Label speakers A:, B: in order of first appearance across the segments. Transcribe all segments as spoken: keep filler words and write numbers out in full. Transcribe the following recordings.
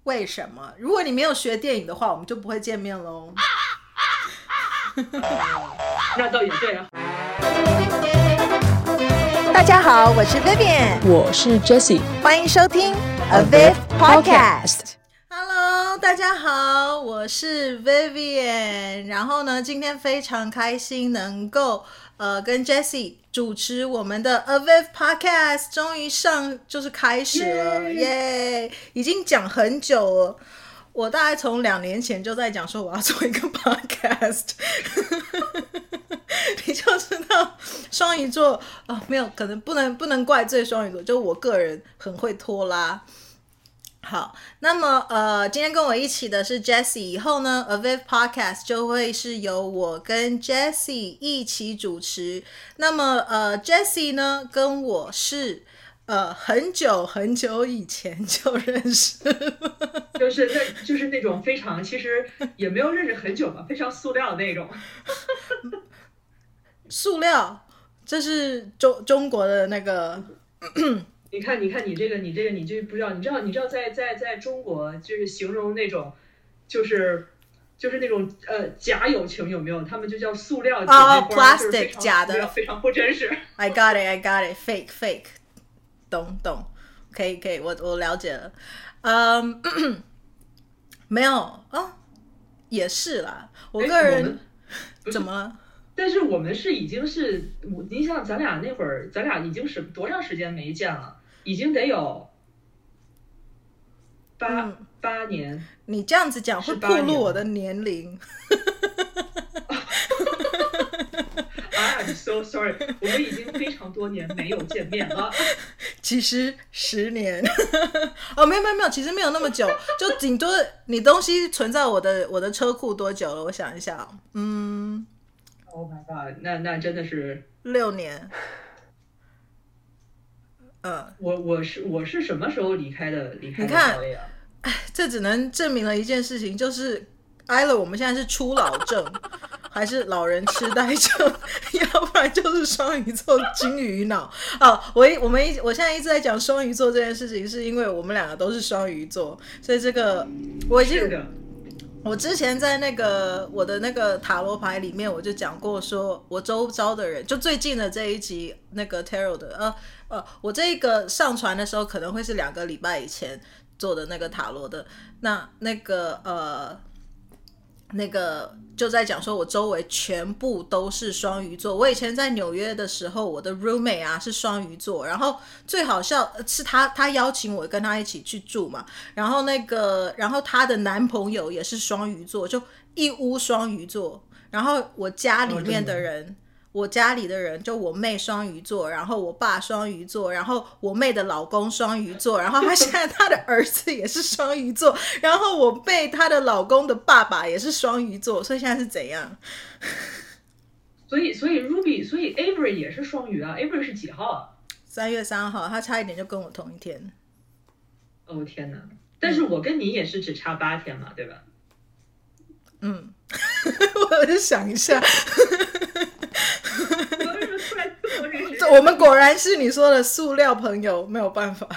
A: 为什么？如果你没有学电影的话，我们就不会见面喽。
B: 那倒也对啊。
A: 大家好，我是 Vivian，
C: 我是 Jessie，
A: 欢迎收听 A Viv Podcast。Hello， 大家好，我是 Vivian。然后呢，今天非常开心能够呃跟 Jessie 主持我们的 A Viv Podcast， 终于上就是开始了，耶！ Yeah! 已经讲很久了。我大概从两年前就在讲说我要做一个 podcast 你就知道双鱼座、哦、没有，可能不能不能怪罪双鱼座，就我个人很会拖拉。好，那么呃，今天跟我一起的是 Jessie， 以后呢 A Viv Podcast 就会是由我跟 Jessie 一起主持。那么呃 Jessie 呢跟我是呃，很久很久以前就认识了，
B: 就是那，就是那种非常，其实也没有认识很久吧，非常塑料的那种。
A: 塑料，这是中中国的那个。
B: 你看，你看，你这个，你这个，你就不知道，你知道，你知道在，在在在中国，就是形容那种，就是就是那种呃假友情有没有？他们就叫塑料姐妹花，
A: oh, plastic 假的，
B: 非常不真实。
A: I got it, I got it, fake, fake。懂懂，可以可以，我我了解了。嗯，没有哦，也是啦。我个人怎么了？
B: 但是我们是已经是，你想咱俩那会儿，咱俩已经是多长时间没见了？已经得有八、嗯、八年。
A: 你这样子讲会暴露我的年龄。
B: I'm so sorry， 我们已经非常多年没有见面了。
A: 其实十年哦，没有没有没有，其实没有那么久，就顶多你东西存在我的我的车库多久了？我想一下，嗯
B: ，Oh my god， 那那真的是
A: 六年。嗯，
B: 我我是我是什么时候离开的？离开的劳累啊？
A: 哎，这只能证明了一件事情，就是挨了我们现在是初老症。还是老人痴呆症，要不然就是双鱼座金鱼脑。哦，我我们一我现在一直在讲双鱼座这件事情，是因为我们两个都是双鱼座，所以这个我已经，我之前在那个我的那个塔罗牌里面，我就讲过说，我周遭的人，就最近的这一集那个 Tarot 的，呃呃，我这个上传的时候可能会是两个礼拜以前做的那个塔罗的，那那个呃。那个就在讲说我周围全部都是双鱼座，我以前在纽约的时候，我的 roommate 啊是双鱼座，然后最好笑是他他邀请我跟他一起去住嘛，然后那个然后他的男朋友也是双鱼座，就一屋双鱼座，然后我家里面的人、哦我家里的人就我妹双鱼座，然后我爸双鱼座，然后我妹的老公双鱼座，然后他现在他的儿子也是双鱼座，然后我妹她的老公的爸爸也是双鱼座，所以现在是怎样？
B: 所以所以 Ruby 所以 Avery 也是双鱼啊。 Avery 是几号啊？
A: 三月三号，他差一点就跟我同一天。
B: 哦天哪，但是我跟你也是只差八天嘛，对吧？
A: 嗯我就想一下我们果然是你说的塑料朋友，没有办法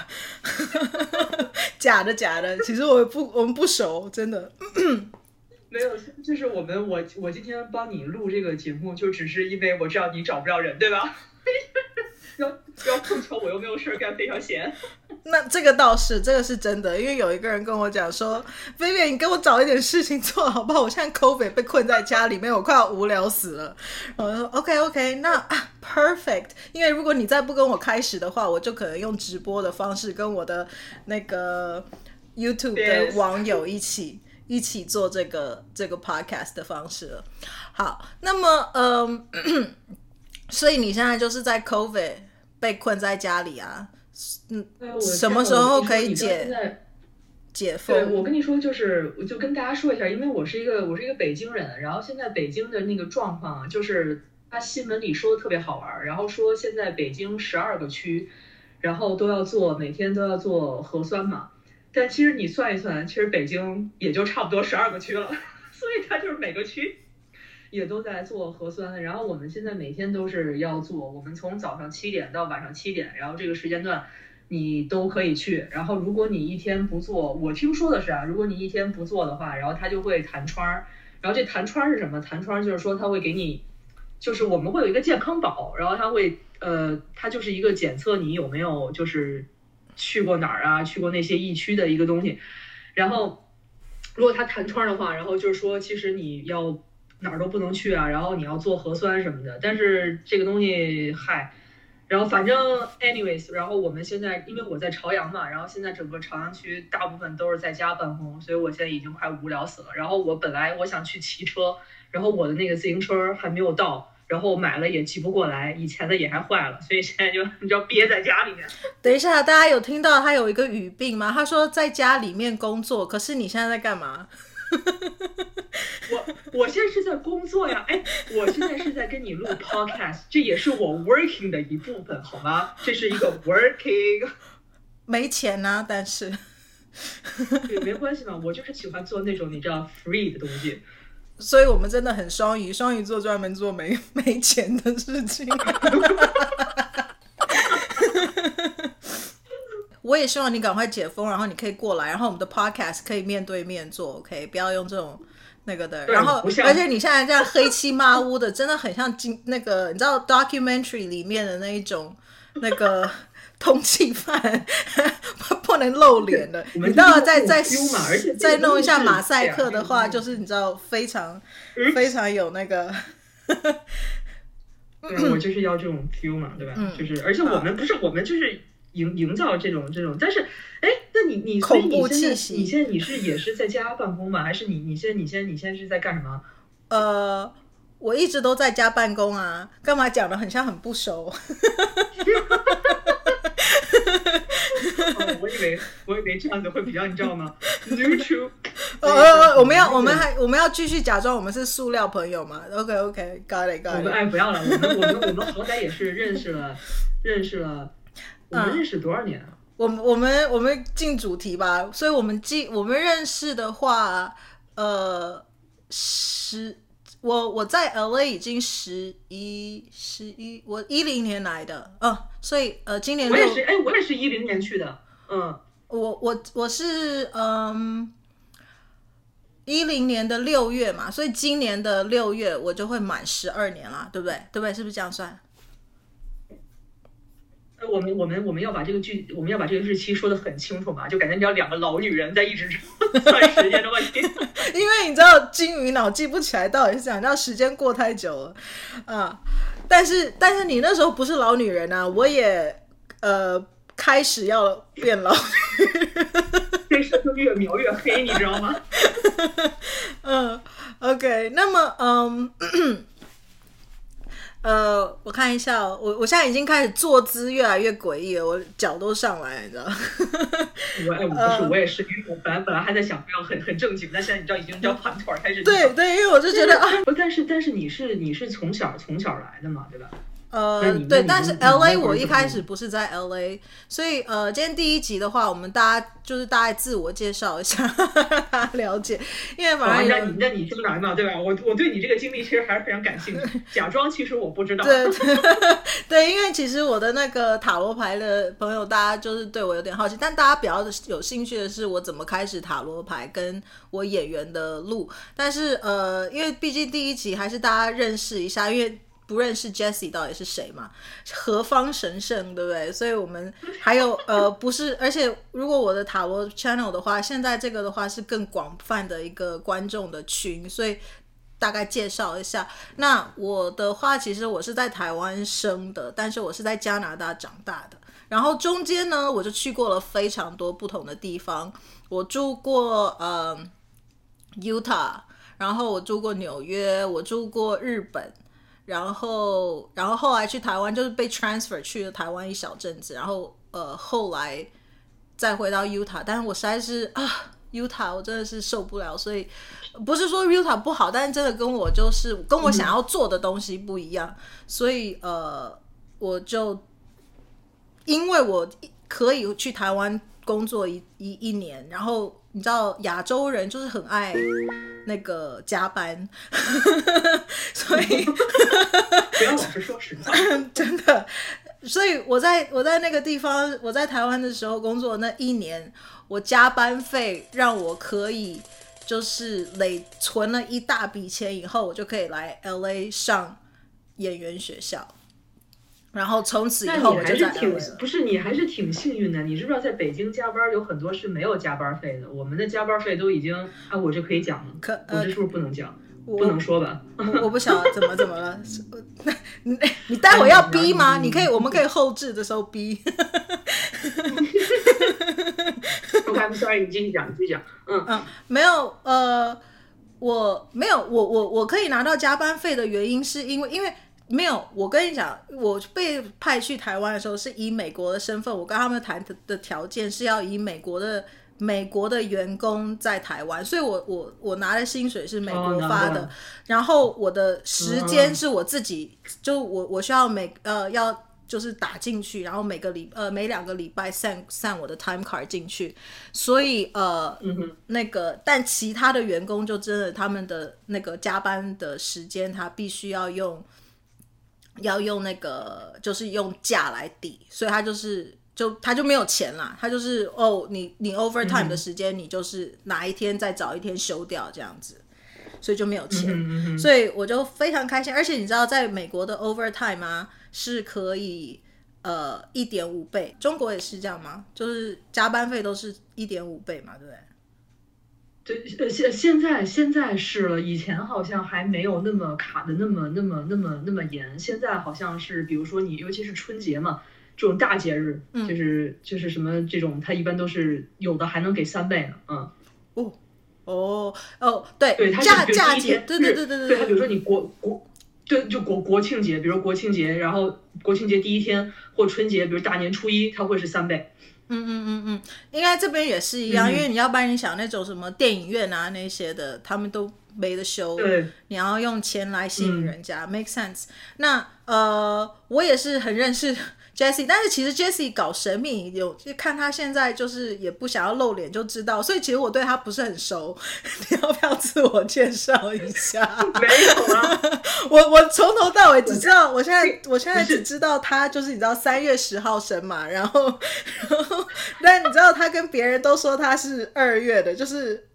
A: 假的假的，其实我不我们不熟，真的
B: 没有，就是我们我我今天帮你录这个节目，就只是因为我知道你找不着人，对吧？要要碰巧我又没有事干，非常闲。
A: 那这个倒是，这个是真的，因为有一个人跟我讲说 Vivian 你给我找一点事情做好不好，我现在 COVID 被困在家里面，我快要无聊死了。我说 OK OK 那、啊、perfect， 因为如果你再不跟我开始的话，我就可能用直播的方式跟我的那个 YouTube 的网友一起一起做这个这个 podcast 的方式了。好，那么嗯所以你现在就是在 COVID 被困在家里啊，嗯，什么时候可以解解封？
B: 对，我跟你说，就是我就跟大家说一下，因为我是一个我是一个北京人，然后现在北京的那个状况啊，就是他新闻里说的特别好玩，然后说现在北京十二个区，然后都要做每天都要做核酸嘛，但其实你算一算，其实北京也就差不多十二个区了，所以它就是每个区也都在做核酸，然后我们现在每天都是要做，我们从早上七点到晚上七点，然后这个时间段你都可以去。然后如果你一天不做，我听说的是啊，如果你一天不做的话，然后他就会弹窗儿。然后这弹窗是什么？弹窗就是说他会给你，就是我们会有一个健康宝，然后他会呃，它就是一个检测你有没有就是去过哪儿啊，去过那些疫区的一个东西。然后如果他弹窗的话，然后就是说其实你要哪儿都不能去啊，然后你要做核酸什么的。但是这个东西嗨。然后反正 anyways， 然后我们现在因为我在朝阳嘛，然后现在整个朝阳区大部分都是在家办公，所以我现在已经快无聊死了。然后我本来我想去骑车，然后我的那个自行车还没有到，然后买了也骑不过来，以前的也还坏了，所以现在就你知道憋在家里面。
A: 等一下，大家有听到他有一个语病吗？他说在家里面工作，可是你现在在干嘛？
B: 我我现在是在工作呀，哎，我现在是在跟你录 podcast， 这也是我 working 的一部分，好吗？这是一个 working，
A: 没钱啊，但是
B: 对，没关系嘛，我就是喜欢做那种你知道 free 的东西，
A: 所以我们真的很双鱼，双鱼座专门做没没钱的事情。我也希望你赶快解封，然后你可以过来，然后我们的 podcast 可以面对面做 OK， 不要用这种那个的。然后而且你现在这样黑漆麻乌的真的很像那个你知道 documentary 里面的那一种那个通缉犯不能露脸的。你到了再再再弄一下马赛克的话，就是你知道非常非常有那个
B: 对，我就是要这种 feel 嘛，对吧？嗯、就是而且我们不是我们就是营营造这种这种，但是哎，那你你所以你现在你现在你是也是在家办公吗？还是你你现在你现在你现在是在干什么？
A: 呃，我一直都在家办公啊，干嘛讲的很像很不熟？
B: 哦、我以为我以为这样子会比较你知道吗 ？Neutral。
A: 呃，我们要我们还我们要继续假装我们是塑料朋友嘛 ？OK OK，got it got it。
B: 我们哎不要了，我们我们我们好歹也是认识了认识了，我们认识多少年啊？
A: 嗯、我们我们我们进主题吧，所以我们进我们认识的话，呃，十我我在 L A 已经十一十一，我一零年来的，嗯、呃，所以呃今年
B: 我也是哎，我也是一零年去的，嗯，
A: 我我我是嗯。一零年的六月嘛，所以今年的六月我就会满十二年啦，对不对？对不对？是不是这样算？
B: 我们我们我们要把这个剧，我们要把这个日期说得很清楚嘛，就感觉你要两个老女人在一直算时间的问题。
A: 因为你知道金鱼脑记不起来到底是这样，你知道时间过太久了啊。但是但是你那时候不是老女人啊，我也呃开始要变老女人。
B: 这事就越描越黑，你知道吗？
A: 嗯 ，OK， 那么嗯，呃，我看一下、哦，我我现在已经开始坐姿越来越诡异了，我脚都上来了，你知道吗？
B: 我哎，我不是，我也是，因为我本来本来还在想不要很很正经，但现在你知道已经叫盘腿开始。
A: 对对，因为我就觉得啊，
B: 但是但是你是你是从小从小来的嘛，对吧？
A: 呃，对，但是 L A 我一开始不是在 L A， 所以呃，今天第一集的话，我们大家就是大概自我介绍一下，让大家了解，因为反正
B: 那你那你先来嘛，对吧？我我对你这个经历其实还是非常感兴趣，假装其实我不知道。
A: 对对对，因为其实我的那个塔罗牌的朋友，大家就是对我有点好奇，但大家比较有兴趣的是我怎么开始塔罗牌，跟我演员的路。但是呃，因为毕竟第一集还是大家认识一下，因为不认识 Jessie 到底是谁嘛？何方神圣，对不对？所以我们还有呃，不是，而且如果我的塔罗 channel 的话，现在这个的话是更广泛的一个观众的群，所以大概介绍一下。那我的话，其实我是在台湾生的，但是我是在加拿大长大的。然后中间呢，我就去过了非常多不同的地方，我住过呃 Utah， 然后我住过纽约，我住过日本。然后，然后后来去台湾，就是被 transfer 去了台湾一小阵子，然后呃，后来再回到 Utah， 但是我实在是啊 Utah 我真的是受不了，所以不是说 Utah 不好，但是真的跟我就是跟我想要做的东西不一样，所以呃，我就因为我可以去台湾工作一一一年，然后你知道亚洲人就是很爱那个加班，所以
B: 不要老是说实话，
A: 真的。 所以我在我在那个地方，我在台湾的时候工作那一年，我加班费让我可以就是累存了一大笔钱以后，我就可以来 L A 上演员学校。然后从此以后我就在 L A 了。
B: 不是，你还是挺幸运的。你知不知道在北京加班有很多是没有加班费的？我们的加班费都已经啊，我这可以讲吗？
A: 可、
B: 呃、我这是不是不能讲？
A: 不
B: 能说吧？
A: 我, 我不晓得怎么怎么了。你你待会要逼吗？你可以，我们可以后置的时候逼。
B: OK，I'm sorry， 你继续讲，你继续讲。嗯
A: 嗯，没有，呃，我没有，我我我可以拿到加班费的原因是因为因为。没有，我跟你讲，我被派去台湾的时候是以美国的身份，我跟他们谈的条件是要以美国的美国的员工在台湾，所以我我我拿的薪水是美国发的， oh, 然后我的时间是我自己， oh. 就我我需要每呃要就是打进去，然后每个礼呃每两个礼拜散散我的 time card 进去，所以呃、
B: 嗯、
A: 那个但其他的员工就真的他们的那个加班的时间，他必须要用。要用那个就是用假来抵，所以他就是就他就没有钱啦，他就是哦你你 overtime 的时间、嗯、你就是哪一天再找一天休掉这样子，所以就没有钱、
B: 嗯嗯、
A: 所以我就非常开心。而且你知道在美国的 overtime 啊是可以呃 一点五 倍，中国也是这样吗？就是加班费都是 一点五 倍嘛，对不对？
B: 对，现现在现在是了，以前好像还没有那么卡的那么那么那么那么严，现在好像是，比如说你尤其是春节嘛，这种大节日，
A: 嗯、
B: 就是就是什么这种，它一般都是有的还能给三倍呢，嗯。
A: 哦哦哦，对
B: 对，它
A: 假假节，对对对对对，
B: 对，它比如说你国国。对，就国国庆节，比如国庆节，然后国庆节第一天或春节，比如大年初一，它会是三倍。
A: 嗯嗯嗯嗯，应该这边也是一样、嗯，因为你要不然你想那种什么电影院啊那些的，他们都没得休，
B: 对，
A: 你要用钱来吸引人家、嗯、，make sense。那呃，我也是很认识 Jessie， 但是其实 Jessie 搞神秘，有就看他现在就是也不想要露脸就知道，所以其实我对他不是很熟。你要不要自我介绍一下？
B: 没有啊，
A: 我我从头到尾只知道，我现在我现在只知道他就是你知道三月十号生嘛，然后然后但你知道他跟别人都说他是二月的，就是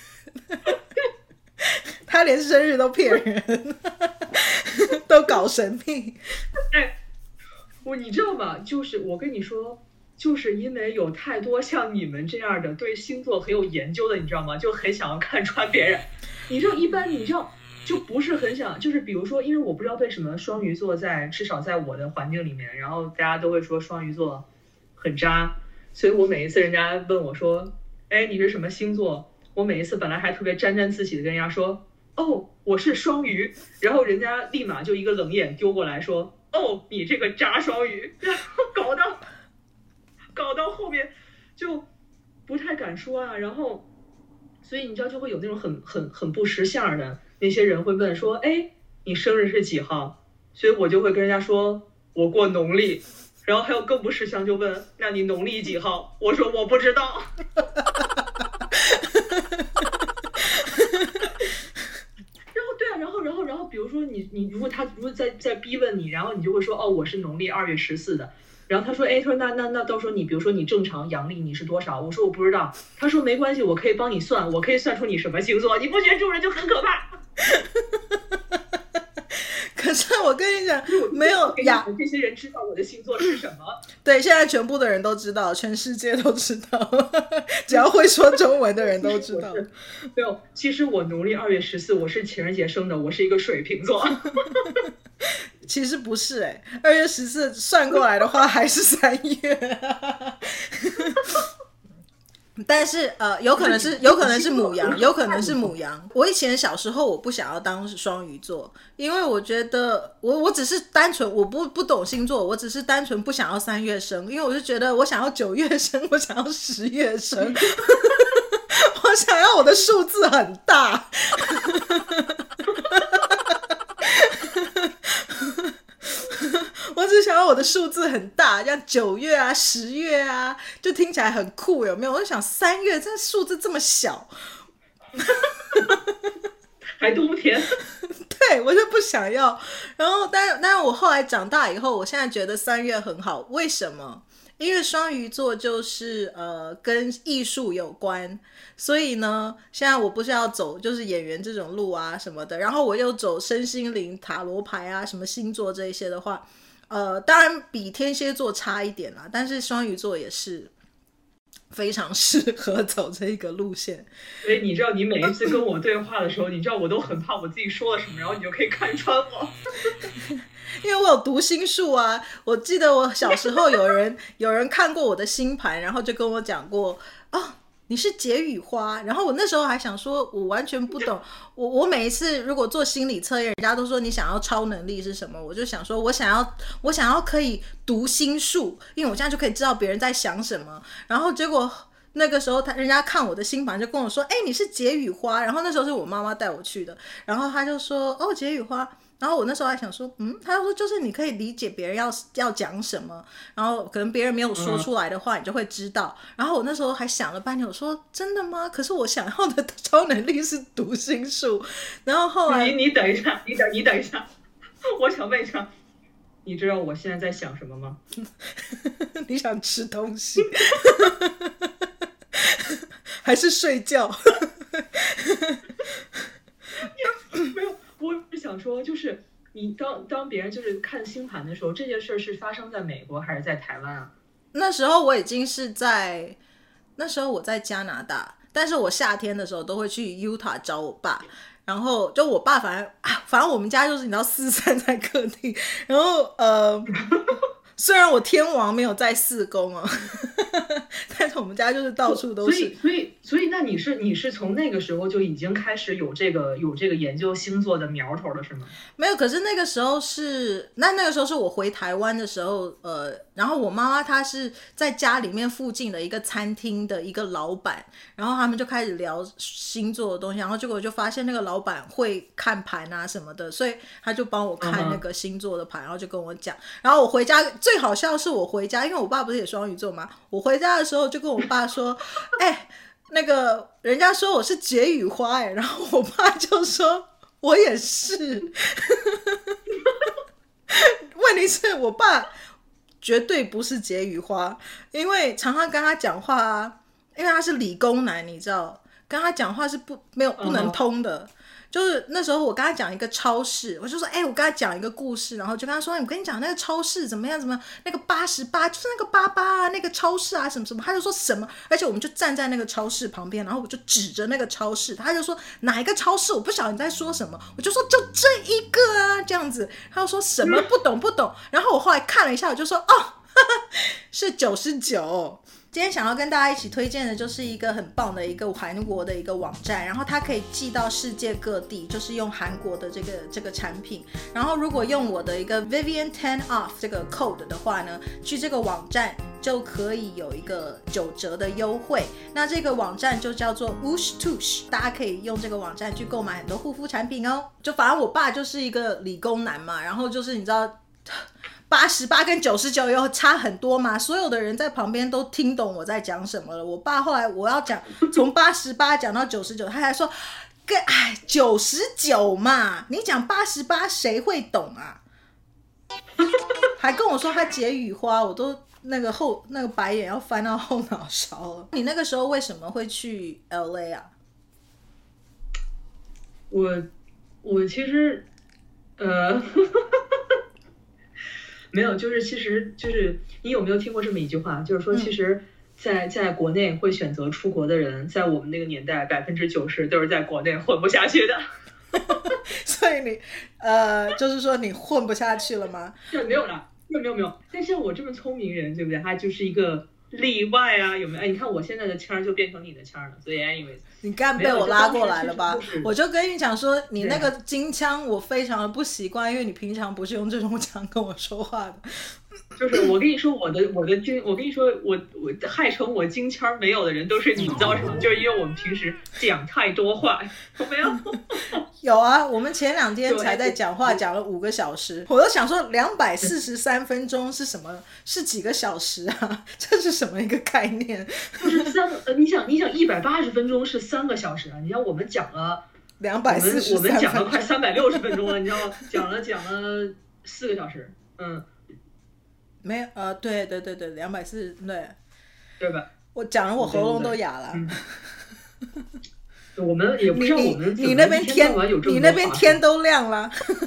A: 他连生日都骗人，都搞神秘。
B: 哎，我你知道吗？就是我跟你说，就是因为有太多像你们这样的对星座很有研究的，你知道吗？就很想要看穿别人。你知道，一般你知道就不是很想，就是比如说，因为我不知道为什么双鱼座在至少在我的环境里面，然后大家都会说双鱼座很渣，所以我每一次人家问我说，哎，你是什么星座？我每一次本来还特别沾沾自喜的跟人家说，哦，我是双鱼，然后人家立马就一个冷眼丢过来说，哦，你这个渣双鱼，然后搞到搞到后面就不太敢说啊，然后所以你知道就会有那种很很很不识相的那些人会问说，哎，你生日是几号？所以我就会跟人家说我过农历，然后还有更不识相就问，那你农历几号？我说我不知道。比如说你你如果他如果在在逼问你，然后你就会说，哦，我是农历二月十四的。然后他说，哎，他说那那那到时候你比如说你正常阳历你是多少？我说我不知道。他说没关系，我可以帮你算，我可以算出你什么星座。你不觉得这种人就很可怕？
A: 可是我跟你讲，没有呀，
B: 这些人知道我的星座是什么？
A: 对，现在全部的人都知道，全世界都知道，只要会说中文的人都知道。
B: 没有，其实我农历二月十四，我是情人节生的，我是一个水瓶座。
A: 其实不是哎、欸，二月十四算过来的话还是三月。但是呃，有可能是有可能是牡羊，有可能是牡羊。我以前小时候我不想要当双鱼座，因为我觉得我我只是单纯我不不懂星座，我只是单纯不想要三月生，因为我就觉得我想要九月生，我想要十月生，我想要我的数字很大。我只想要我的数字很大，像九月啊、十月啊，就听起来很酷，有没有？我就想三月这数字这么小，
B: 还冬天。
A: 对，我就不想要。然后但但是我后来长大以后，我现在觉得三月很好。为什么？因为双鱼座就是呃跟艺术有关，所以呢，现在我不是要走就是演员这种路啊什么的，然后我又走身心灵、塔罗牌啊、什么星座这一些的话，呃，当然比天蝎座差一点啦，但是双鱼座也是非常适合走这一个路线。
B: 所以你知道，你每一次跟我对话的时候，你知道我都很怕我自己说了什么，然后你就可以看穿我。
A: 因为我有读心术啊，我记得我小时候有人有人看过我的星盘，然后就跟我讲过，哦，你是解语花。然后我那时候还想说，我完全不懂。我我每一次如果做心理测验，人家都说你想要超能力是什么，我就想说我想要我想要可以读心术，因为我这样就可以知道别人在想什么。然后结果那个时候他人家看我的星盘就跟我说，哎、欸，你是解语花。然后那时候是我妈妈带我去的，然后他就说，哦，解语花。然后我那时候还想说，嗯，他就说就是你可以理解别人要要讲什么，然后可能别人没有说出来的话，你就会知道。然后我那时候还想了半天，我说真的吗？可是我想要的超能力是读心术。然后后来
B: 你你等一下，你等你等一下，我想问一下，你知道我现在在想什么吗？
A: 你想吃东西，还是睡觉？
B: 没有。我是想说，就是你当当别人就是看星盘的时候，这件事是发生在美国还是在台湾啊？
A: 那时候我已经是在，那时候我在加拿大，但是我夏天的时候都会去 Utah 找我爸，然后就我爸反正啊，反正我们家就是你知道四散在各地，然后呃。虽然我天王没有在四宫啊，但是我们家就是到处都是。
B: 所以，所以，所以，那你是你是从那个时候就已经开始有这个有这个研究星座的苗头了，是吗？
A: 没有，可是那个时候是那那个时候是我回台湾的时候，呃，然后我妈妈她是在家里面附近的一个餐厅的一个老板，然后他们就开始聊星座的东西，然后结果就发现那个老板会看盘啊什么的，所以他就帮我看那个星座的盘，然后就跟我讲，然后我回家。最好笑是我回家，因为我爸不是也双鱼座嘛，我回家的时候就跟我爸说，哎、欸，那个人家说我是解语花哎、欸，然后我爸就说我也是。问题是我爸绝对不是解语花，因为常常跟他讲话啊，因为他是理工男，你知道，跟他讲话是不没有不能通的。Uh-huh.就是那时候我跟他讲一个超市，我就说哎、欸，我跟他讲一个故事，然后就跟他说、欸、我跟你讲那个超市怎么样怎么样，那个八十八就是那个八八啊，那个超市啊什么什么，他就说什么，而且我们就站在那个超市旁边，然后我就指着那个超市，他就说哪一个超市，我不晓得你在说什么，我就说就这一个啊这样子，他就说什么不懂不懂，然后我后来看了一下，我就说哦哈哈是九十九。今天想要跟大家一起推荐的就是一个很棒的一个韩国的一个网站，然后它可以寄到世界各地，就是用韩国的这个这个产品，然后如果用我的一个 Vivian ten off 这个 code 的话呢，去这个网站就可以有一个九折的优惠。那这个网站就叫做 Woosh Tush， 大家可以用这个网站去购买很多护肤产品哦。就反正我爸就是一个理工男嘛，然后就是你知道八十八跟九十九又差很多嘛，所有的人在旁边都听懂我在讲什么了。我爸后来我要讲从八十八讲到九十九，他还说跟哎九十九嘛，你讲八十八谁会懂啊？还跟我说他解语花，我都那个后那个白眼要翻到后脑勺了。你那个时候为什么会去 L A 啊？
B: 我我其实呃。没有，就是其实就是你有没有听过这么一句话，就是说其实在在国内会选择出国的人，在我们那个年代百分之九十都是在国内混不下去的。
A: 所以你呃，就是说你混不下去了吗？
B: 对，没有啦，没有没有没有。但像我这么聪明人，对不对？他就是一个例外啊，有没有？哎，你看我现在的腔就变成你的腔了，所以 anyways。
A: 你刚被我拉过来了吧？我就跟你讲说，你那个京腔我非常的不习惯，因为你平常不是用这种腔跟我说话的。
B: 就是我跟你说，我的我的京，我跟你说，我我害成我京腔没有的人都是你造成的，就是因为我们平时讲太多话，有没有？
A: 有啊，我们前两天才在讲话，讲了五个小时，我都想说两百四十三分钟是什么？是几个小时啊？这是什么一个概念？
B: 不是三个，呃，你想，你想一百八十分钟是三个小时啊？你想我们讲了
A: 两百四十
B: 我们我们讲了
A: 分
B: 快三百六十分钟了，你知道吗？讲了讲了四个小时，嗯，
A: 没有呃，对对对对，两百四十对，
B: 对吧？
A: 我讲了我喉咙都哑了。
B: 嗯我们也不知道我们
A: 你你那边天你那边天都亮了。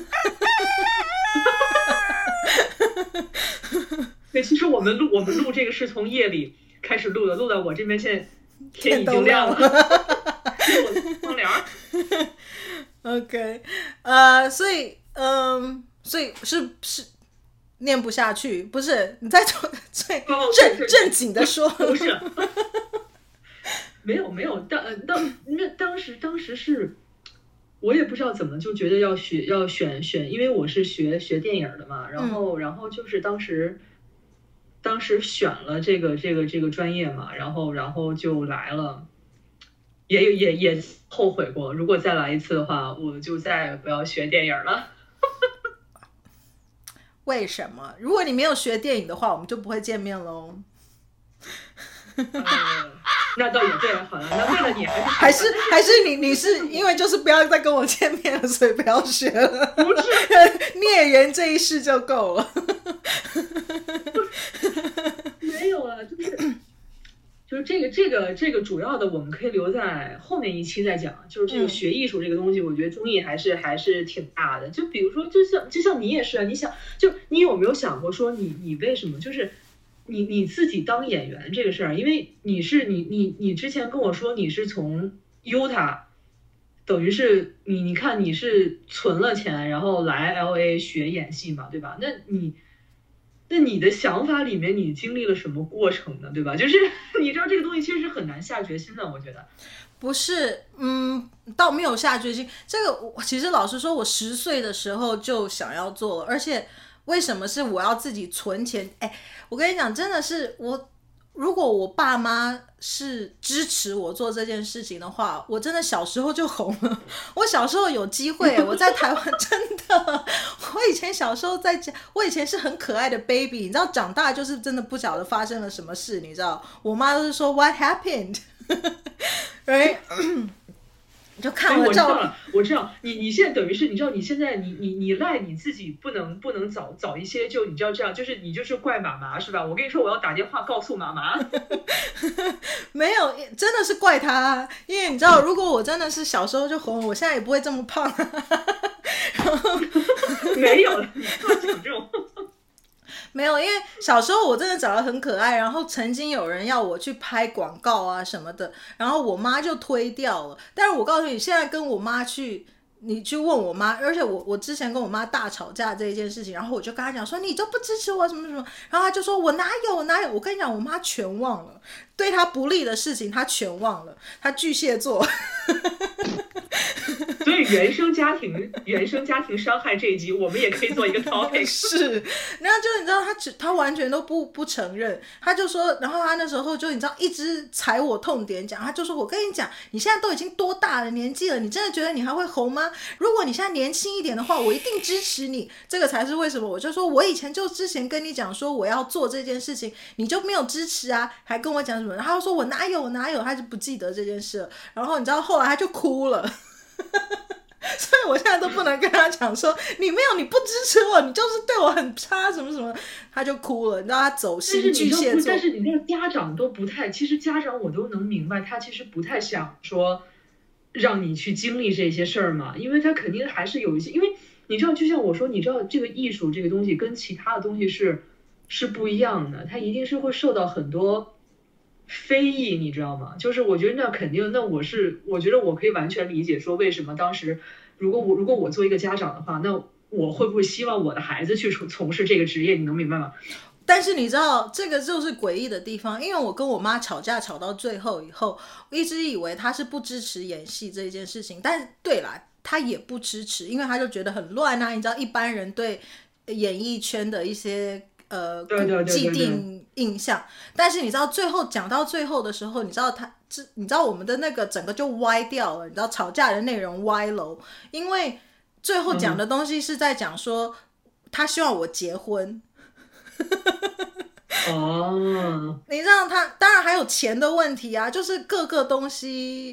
B: 对，其实我们录我们录这个是从夜里开始录的，录到我这边现在天已经亮了。我窗帘。
A: OK， 呃，所以嗯、呃，所以是是念不下去，不是你在说最正正经的说，
B: 不是。没有没有，当当那当时当时是，我也不知道怎么就觉得要学要选选，因为我是学学电影的嘛，然后、嗯、然后就是当时，当时选了这个这个这个专业嘛，然后然后就来了，也也也后悔过，如果再来一次的话，我就再也不要学电影了。
A: 为什么？如果你没有学电影的话，我们就不会见面喽。
B: 呃那倒也对，好了，那为了你还是
A: 还是还是你你是因为就是不要再跟我见面了，所以不要学了。
B: 不是，
A: 孽缘这一世就够了。
B: 没有了，就是就是这个这个这个主要的，我们可以留在后面一期再讲。就是这个学艺术这个东西，嗯、我觉得中艺还是还是挺大的。就比如说，就像就像你也是啊，你想，就你有没有想过说你你为什么就是。你你自己当演员这个事儿，因为你是你你你之前跟我说你是从 Utah， 等于是你你看你是存了钱，然后来 L A 学演戏嘛，对吧？那你那你的想法里面你经历了什么过程呢？对吧？就是你知道这个东西其实是很难下决心的，我觉得。
A: 不是，嗯，倒没有下决心。这个我其实老实说，我十岁的时候就想要做了，而且。为什么是我要自己存钱？哎，我跟你讲，真的是我，如果我爸妈是支持我做这件事情的话，我真的小时候就红了。我小时候有机会，我在台湾真的，我以前小时候在家，我以前是很可爱的 baby， 你知道，长大就是真的不晓得发生了什么事，你知道，我妈都是说 What happened？ right？就看
B: 我照片，我知道你你现在等于是你知道你现在你你你赖你自己不能不能早早一些就你知道这样就是你就是怪妈妈是吧？我跟你说我要打电话告诉妈妈。
A: 没有，真的是怪他，因为你知道如果我真的是小时候就红了，我现在也不会这么胖。然后
B: 没有了，你不要讲这种。
A: 没有，因为小时候我真的长得很可爱，然后曾经有人要我去拍广告啊什么的，然后我妈就推掉了。但是我告诉你，现在跟我妈去，你去问我妈，而且我我之前跟我妈大吵架这一件事情，然后我就跟她讲说你就不支持我什么什么，然后她就说我哪有哪有，我跟你讲，我妈全忘了，对她不利的事情她全忘了，她巨蟹座。
B: 所以原生家庭原生家庭伤害这一集我们也可以做一个 topic。
A: 是，然后就你知道他他完全都不不承认，他就说，然后他那时候就你知道一直踩我痛点讲，他就说我跟你讲你现在都已经多大了年纪了，你真的觉得你还会红吗？如果你现在年轻一点的话我一定支持你，这个才是为什么我就说我以前就之前跟你讲说我要做这件事情你就没有支持啊，还跟我讲什么，他就说我哪有我哪有，他就不记得这件事了，然后你知道后来他就哭了。所以我现在都不能跟他讲说你没有你不支持我你就是对我很差什么什么，他就哭了，你知道他走心巨蟹座。
B: 但是你那个家长都不太，其实家长我都能明白他其实不太想说让你去经历这些事儿嘛，因为他肯定还是有一些，因为你知道就像我说你知道这个艺术这个东西跟其他的东西是是不一样的，它一定是会受到很多非议，你知道吗？就是我觉得那肯定，那我是我觉得我可以完全理解说为什么当时如果我如果我做一个家长的话，那我会不会希望我的孩子去从事这个职业？你能明白吗？
A: 但是你知道这个就是诡异的地方，因为我跟我妈吵架吵到最后以后，我一直以为她是不支持演戏这件事情，但是对啦，她也不支持，因为她就觉得很乱啊，你知道一般人对演艺圈的一些呃
B: 对对对对对
A: 既定印象，但是你知道最后讲到最后的时候，你知道他你知道我们的那个整个就歪掉了，你知道吵架的内容歪楼，因为最后讲的东西是在讲说、嗯、他希望我结婚。
B: 哦，
A: 你知道他当然还有钱的问题啊，就是各个东西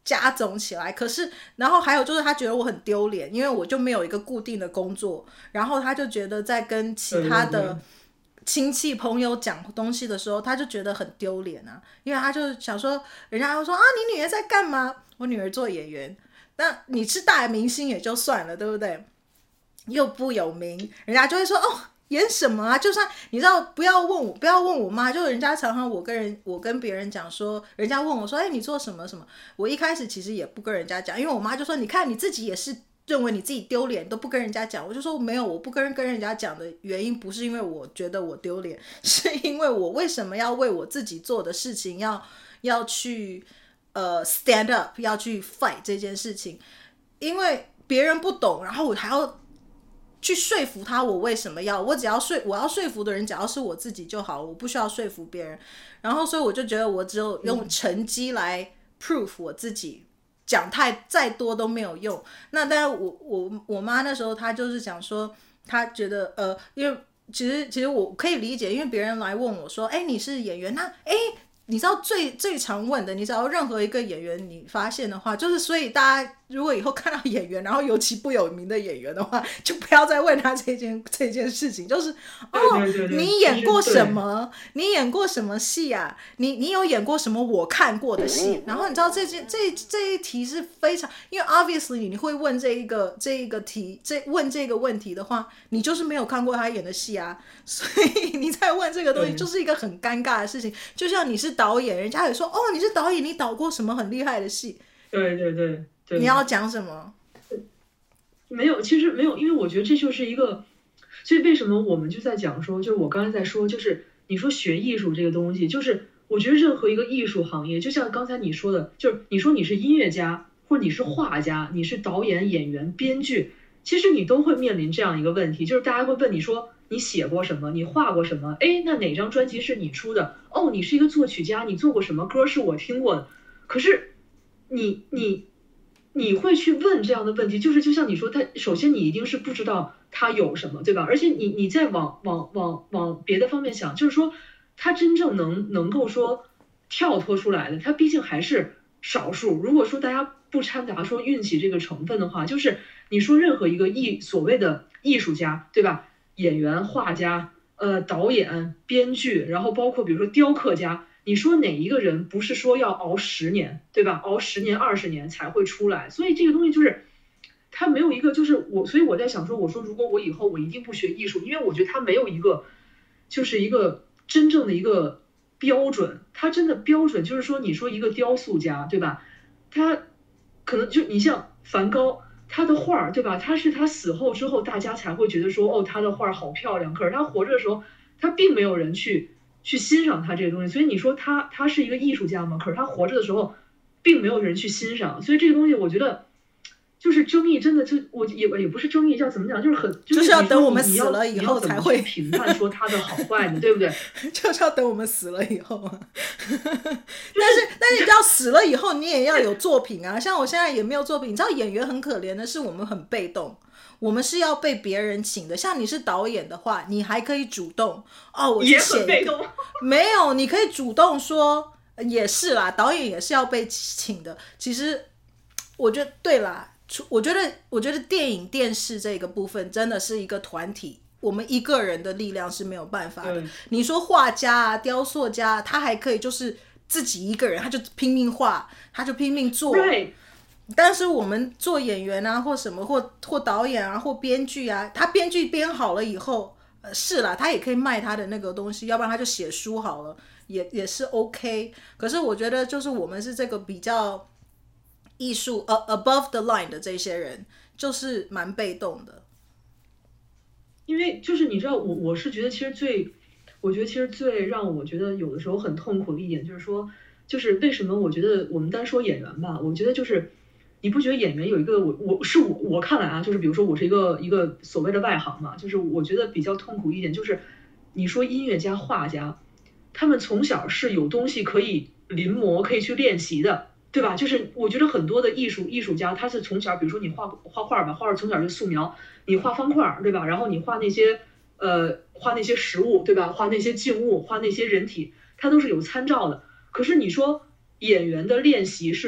A: 加总起来。可是然后还有就是他觉得我很丢脸，因为我就没有一个固定的工作，然后他就觉得在跟其他的亲戚朋友讲东西的时候他就觉得很丢脸啊，因为他就想说人家会说啊你女儿在干嘛，我女儿做演员，那你是大明星也就算了对不对，又不有名，人家就会说哦演什么啊，就算你知道不要问我不要问我妈，就人家常常我跟人我跟别人讲说，人家问我说哎你做什么什么，我一开始其实也不跟人家讲，因为我妈就说你看你自己也是认为你自己丢脸都不跟人家讲，我就说没有，我不跟跟人家讲的原因不是因为我觉得我丢脸，是因为我为什么要为我自己做的事情要要去呃 stand up 要去 fight 这件事情，因为别人不懂，然后我还要去说服他我为什么要，我只要说我要说服的人只要是我自己就好，我不需要说服别人，然后所以我就觉得我只有用成绩来 prove 我自己，讲太再多都没有用。那当然我我我妈那时候她就是讲说她觉得呃因为其实其实我可以理解，因为别人来问我说哎你是演员，那哎你知道最最常问的，你知道任何一个演员你发现的话，就是所以大家如果以后看到演员，然后尤其不有名的演员的话，就不要再问他这件这件事情，就是哦
B: 对对对对
A: 你演过什么，你演过什么戏啊，你你有演过什么我看过的戏，然后你知道这件这这一题是非常，因为 obviously 你会问这一个这一个题这问这个问题的话，你就是没有看过他演的戏啊，所以你在问这个东西就是一个很尴尬的事情，就像你是导演，人家也说哦你是导演，你导过什么很厉害的戏，
B: 对对对对，
A: 你要讲什么？
B: 没有，其实没有，因为我觉得这就是一个，所以为什么我们就在讲说，就是我刚才在说，就是你说学艺术这个东西，就是我觉得任何一个艺术行业，就像刚才你说的，就是你说你是音乐家，或者你是画家，你是导演、演员、编剧，其实你都会面临这样一个问题，就是大家会问你说你写过什么，你画过什么？哎，那哪张专辑是你出的？哦，你是一个作曲家，你做过什么歌是我听过的？可是你你。你会去问这样的问题，就是就像你说，他首先你一定是不知道他有什么，对吧？而且你你再往往往往别的方面想，就是说他真正能能够说跳脱出来的，他毕竟还是少数。如果说大家不掺杂说运气这个成分的话，就是你说任何一个艺所谓的艺术家，对吧？演员、画家、呃导演、编剧，然后包括比如说雕刻家。你说哪一个人不是说要熬十年，对吧？熬十年、二十年才会出来，所以这个东西就是它没有一个，就是我，所以我在想说，我说如果我以后我一定不学艺术，因为我觉得它没有一个，就是一个真正的一个标准，它真的标准就是说，你说一个雕塑家，对吧？他可能就你像梵高，他的画，对吧？他是他死后之后，大家才会觉得说，哦，他的画好漂亮，可是他活着的时候，他并没有人去。去欣赏他这个东西，所以你说他他是一个艺术家吗？可是他活着的时候，并没有人去欣赏，所以这个东西我觉得就是争议，真的就我也也不是争议，叫怎么讲，就是很
A: 就、
B: 就是
A: 要等我们死了以后才会
B: 评判说他的好坏的，对不对？
A: 就是要等我们死了以后啊。但是但是你知道死了以后你也要有作品啊，像我现在也没有作品，你知道演员很可怜的是我们很被动。我们是要被别人请的，像你是导演的话，你还可以主动哦，我去写一个，
B: 也很被动。
A: 没有，你可以主动说，也是啦，导演也是要被请的。其实我觉得对啦，我觉得我觉得电影电视这个部分真的是一个团体，我们一个人的力量是没有办法的。你说画家啊、雕塑家，他还可以就是自己一个人，他就拼命画，他就拼命做。
B: Right.
A: 但是我们做演员啊，或什么，或或导演啊，或编剧啊，他编剧编好了以后，呃，是啦，他也可以卖他的那个东西，要不然他就写书好了，也也是 OK。可是我觉得，就是我们是这个比较艺术呃 above the line 的这些人，就是蛮被动的。
B: 因为就是你知道，我我是觉得其实最，我觉得其实最让我觉得有的时候很痛苦的一点，就是说，就是为什么我觉得我们单说演员吧，我觉得就是。你不觉得演员有一个我我是我我看来啊，就是比如说我是一个一个所谓的外行嘛，就是我觉得比较痛苦一点，就是你说音乐家、画家，他们从小是有东西可以临摹、可以去练习的，对吧？就是我觉得很多的艺术艺术家，他是从小，比如说你画画画吧，画画从小就素描，你画方块，对吧？然后你画那些呃画那些实物，对吧？画那些静物，画那些人体，他都是有参照的。可是你说演员的练习是什么？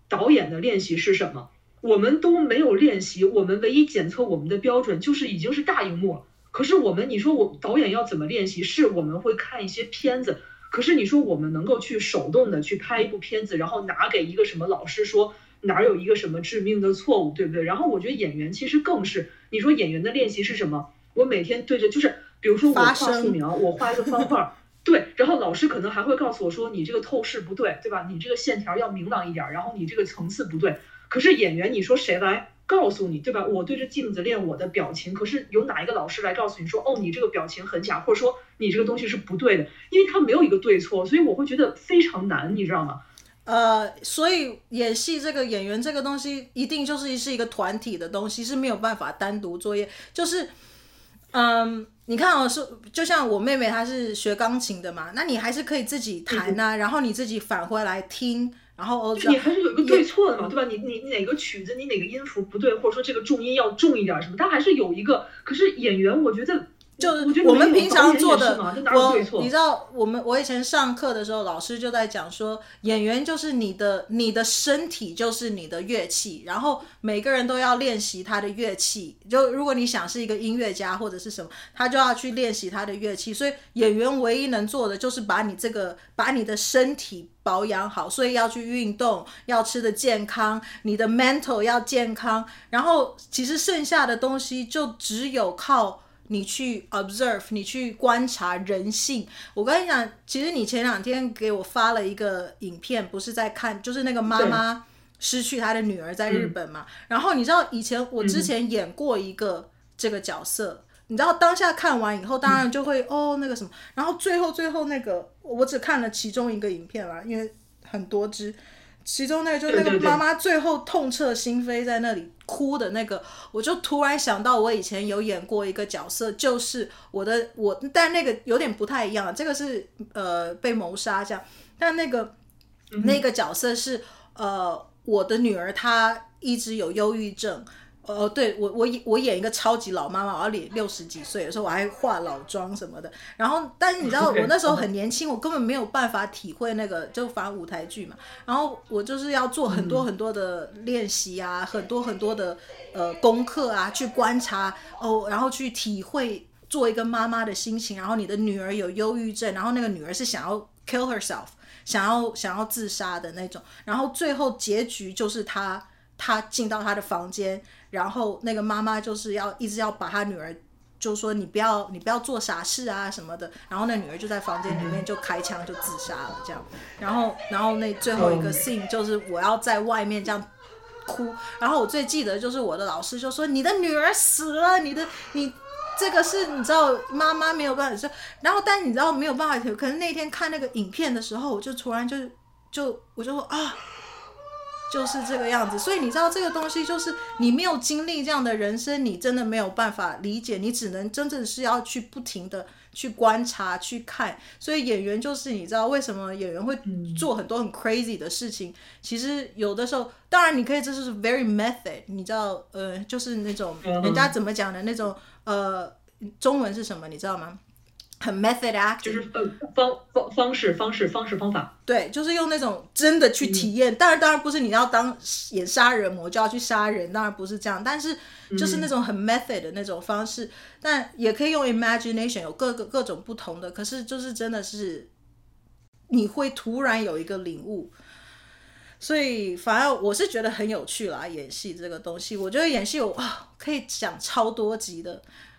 B: 导演的练习是什么？我们都没有练习，我们唯一检测我们的标准就是已经是大荧幕了。可是我们，你说我导演要怎么练习？是我们会看一些片子，可是你说我们能够去手动的去拍一部片子，然后拿给一个什么老师说哪有一个什么致命的错误，对不对？然后我觉得演员其实更是，你说演员的练习是什么？我每天对着，就是比如说我画素描，我画一个方块。对，然后老师可能还会告诉我说，你这个透视不对，对吧？你这个线条要明朗一点，然后你这个层次不对。可是演员，你说谁来告诉你，对吧？我对着镜子练我的表情，可是有哪一个老师来告诉你说，哦，你这个表情很假，或者说你这个东西是不对的？因为他没有一个对错，所以我会觉得非常难，你知道吗？
A: 呃，所以演戏这个演员这个东西，一定就是是一个团体的东西，是没有办法单独作业。就是，嗯，你看哦，是就像我妹妹她是学钢琴的嘛，那你还是可以自己弹啊，嗯、然后你自己返回来听。然后哦，
B: 你还是有一个对错的嘛，对吧？你你哪个曲子你哪个音符不对，或者说这个重音要重一点什么，它还是有一个。可是演员，我觉得
A: 就是我们平常做的，
B: 我
A: 你知道，我们我以前上课的时候，老师就在讲说，演员就是你的你的身体就是你的乐器，然后每个人都要练习他的乐器。就如果你想是一个音乐家或者是什么，他就要去练习他的乐器。所以演员唯一能做的就是把你这个把你的身体保养好，所以要去运动，要吃的健康，你的 mental 要健康，然后其实剩下的东西就只有靠你去 observe， 你去观察人性。我跟你讲，其实你前两天给我发了一个影片，不是在看，就是那个妈妈失去她的女儿在日本嘛、嗯、然后你知道以前我之前演过一个这个角色、嗯、你知道当下看完以后当然就会、嗯、哦那个什么，然后最后最后那个我只看了其中一个影片啦，因为很多支，其中那个就是那个妈妈最后痛彻心扉在那里哭的那个，我就突然想到我以前有演过一个角色，就是我的我，但那个有点不太一样，这个是呃被谋杀这样，但那个、嗯、那个角色是呃我的女儿她一直有忧郁症。呃，对我我我演一个超级老妈妈，我要演六十几岁的时候，我还化老妆什么的。然后，但是你知道，我那时候很年轻，我根本没有办法体会那个，就反正舞台剧嘛。然后我就是要做很多很多的练习啊，嗯、很多很多的呃功课啊，去观察哦，然后去体会做一个妈妈的心情。然后你的女儿有忧郁症，然后那个女儿是想要 kill herself， 想要想要自杀的那种。然后最后结局就是她她进到她的房间。然后那个妈妈就是要一直要把她女儿，就说你不要你不要做傻事啊什么的。然后那女儿就在房间里面就开枪就自杀了这样。然后然后那最后一个 scene 就是我要在外面这样哭。然后我最记得就是我的老师就说你的女儿死了，你的你这个是你知道妈妈没有办法说。然后但你知道没有办法，可能那天看那个影片的时候，我就突然就就我就说啊。就是这个样子，所以你知道这个东西就是你没有经历这样的人生，你真的没有办法理解，你只能真正是要去不停的去观察去看。所以演员就是你知道为什么演员会做很多很 crazy 的事情、嗯、其实有的时候当然你可以这是 very method， 你知道呃就是那种人家怎么讲的那种呃中文是什么你知道吗？很 method acting，
B: 就是方方方式方式方式方法，
A: 对，就是用那种真的去体验、嗯、当然当然不是你要当演杀人魔就要去杀人，当然不是这样，但是就是那种很 method 的那种方式、嗯、但也可以用 imagination， 有各个各种不同的，可是就是真的是你会突然有一个领悟。所以反而我是觉得很有趣啦，演戏这个东西我觉得演戏我、哦、可以讲超多集的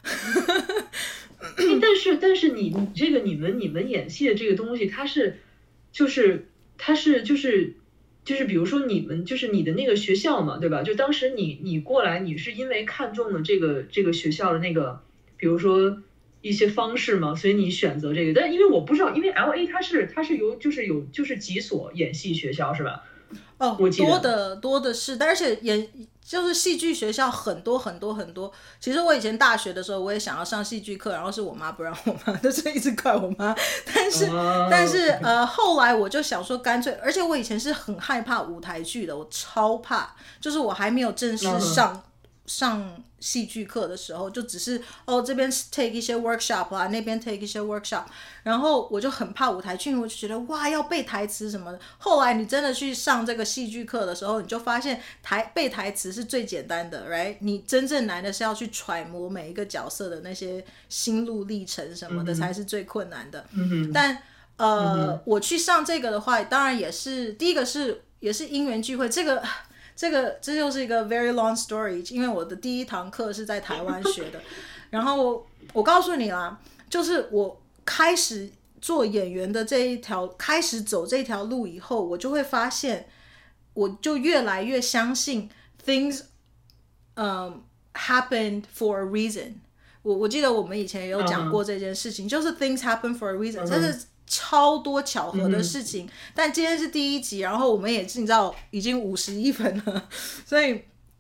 B: 但是但是你你这个你们你们演戏的这个东西，它是就是它是就是就是比如说你们就是你的那个学校嘛，对吧？就当时你你过来，你是因为看中了这个这个学校的那个，比如说一些方式嘛，所以你选择这个。但因为我不知道，因为 L A 它是它是有就是有就是几所演戏学校是吧？
A: 哦，多的多的是，而且演就是戏剧学校很多很多很多。其实我以前大学的时候，我也想要上戏剧课，然后是我妈不让我嘛，就是一直怪我妈。但是、oh, 但是呃，后来我就想说，干脆，而且我以前是很害怕舞台剧的，我超怕，就是我还没有正式上。Uh-huh. 上戏剧课的时候，就只是哦这边 take 一些 workshop 啊，那边 take 一些 workshop， 然后我就很怕舞台剧，我就觉得哇要背台词什么的。后来你真的去上这个戏剧课的时候，你就发现台背台词是最简单的 ，right？ 你真正难的是要去揣摩每一个角色的那些心路历程什么的，才是最困难的。
B: 嗯、
A: 但呃、嗯，我去上这个的话，当然也是第一个是也是因缘聚会，这个。这个这就是一个 very long story， 因为我的第一堂课是在台湾学的，然后我告诉你啦，就是我开始做演员的这一条，开始走这条路以后，我就会发现，我就越来越相信 things， um, happened for a reason。我我记得我们以前也有讲过这件事情， uh-huh. 就是 things happen for a reason， 这是超多巧合的事情，嗯、但今天是第一集，然后我们也是你知道已经五十一分了，所以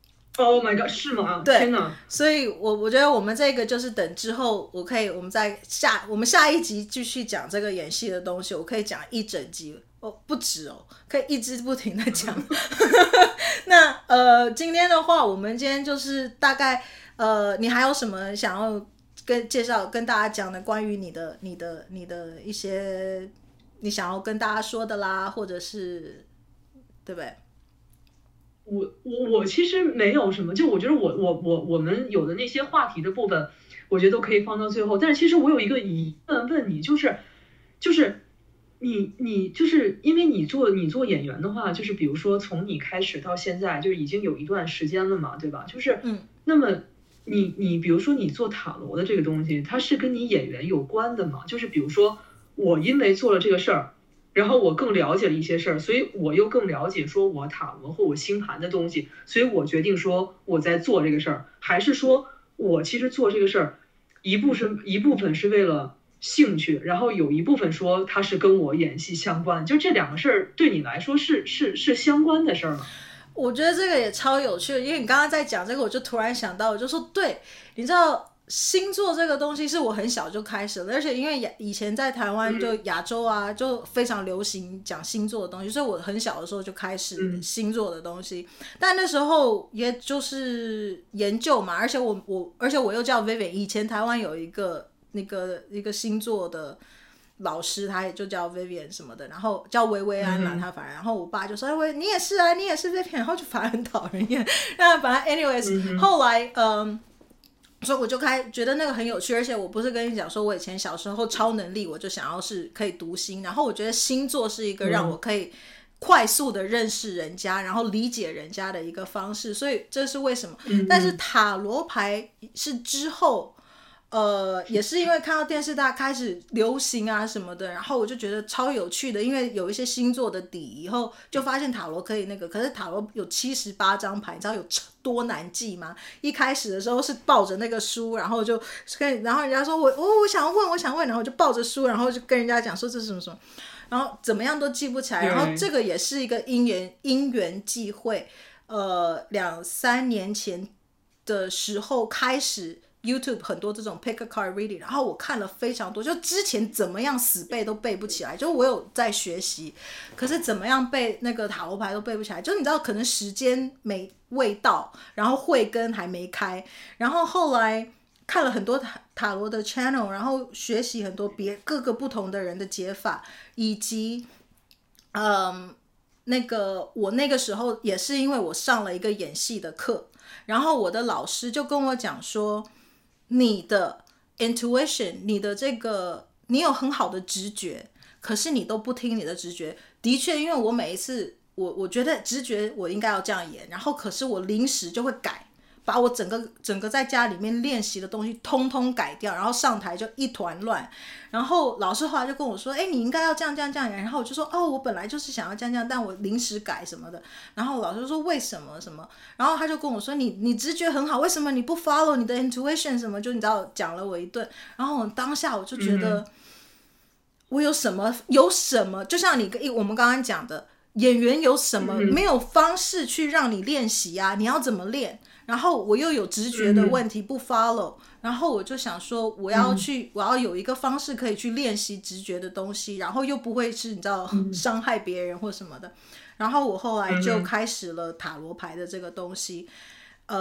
B: Oh my god， 是吗？
A: 对，
B: 天哪！
A: 所以我我觉得我们这个就是等之后我可以我们在下我们下一集继续讲这个演戏的东西，我可以讲一整集哦，不止哦，可以一直不停的讲。那呃，今天的话，我们今天就是大概呃，你还有什么想要跟介绍跟大家讲的关于你的你的你的一些你想要跟大家说的啦，或者是对不对？
B: 我我我其实没有什么，就我觉得我我我我们有的那些话题的部分，我觉得都可以放到最后。但是其实我有一个疑问问你，就是就是你你就是因为你做你做演员的话，就是比如说从你开始到现在，就是已经有一段时间了嘛，对吧？就是嗯，那么。你你比如说你做塔罗的这个东西，它是跟你演员有关的吗？就是比如说我因为做了这个事儿，然后我更了解了一些事儿，所以我又更了解说我塔罗或我星盘的东西，所以我决定说我在做这个事儿，还是说我其实做这个事儿一部分一部分是为了兴趣，然后有一部分说它是跟我演戏相关，就这两个事儿对你来说是是是相关的事儿吗？
A: 我觉得这个也超有趣的，因为你刚刚在讲这个，我就突然想到，我就说对，你知道星座这个东西是我很小就开始了，而且因为以前在台湾就亚洲啊，就非常流行讲星座的东西，所以我很小的时候就开始星座的东西，但那时候也就是研究嘛，而且我我而且我又叫 Vivian， 以前台湾有一个那个一个星座的老师，他也就叫 Vivian 什么的，然后叫薇薇安啦、嗯，他反而，然后我爸就说：“哎喂，你也是啊，你也是 Vivian。”然后就反而很讨人厌。那反正 anyways，、嗯、后来嗯，所以我就开觉得那个很有趣，而且我不是跟你讲说，我以前小时候超能力，我就想要是可以读心，然后我觉得星座是一个让我可以快速的认识人家，然后理解人家的一个方式，所以这是为什么。嗯、但是塔罗牌是之后。呃，也是因为看到电视大家开始流行啊什么的，然后我就觉得超有趣的，因为有一些星座的底以后，就发现塔罗可以那个，可是塔罗有七十八张牌，你知道有多难记吗？一开始的时候是抱着那个书，然后就跟，然后人家说我哦我想问我想问，然后就抱着书，然后就跟人家讲说这是什么什么，然后怎么样都记不起来，然后这个也是一个因缘因缘际会，呃，两三年前的时候开始。YouTube 很多这种 pick a card reading， 然后我看了非常多，就之前怎么样死背都背不起来，就我有在学习，可是怎么样背那个塔罗牌都背不起来，就你知道可能时间没未到，然后慧根还没开，然后后来看了很多塔塔罗的 channel， 然后学习很多别各个不同的人的解法，以及嗯那个我那个时候也是因为我上了一个演戏的课，然后我的老师就跟我讲说。你的 intuition， 你的这个，你有很好的直觉，可是你都不听你的直觉。的确，因为我每一次，我我觉得直觉我应该要这样演，然后可是我临时就会改，把我整个整个在家里面练习的东西通通改掉，然后上台就一团乱。然后老师后来就跟我说：“哎，你应该要这样这样这样演。”然后我就说：“哦，我本来就是想要这样这样，但我临时改什么的。”然后老师就说：“为什么什么？”然后他就跟我说：“你你直觉很好，为什么你不 follow 你的 intuition 什么？”就你知道讲了我一顿。然后我当下我就觉得，我有什么有什么，就像你我们刚刚讲的，演员有什么没有方式去让你练习啊？你要怎么练？然后我又有直觉的问题不 follow， 然后我就想说我要去，我要有一个方式可以去练习直觉的东西，然后又不会是你知道伤害别人或什么的。然后我后来就开始了塔罗牌的这个东西，呃，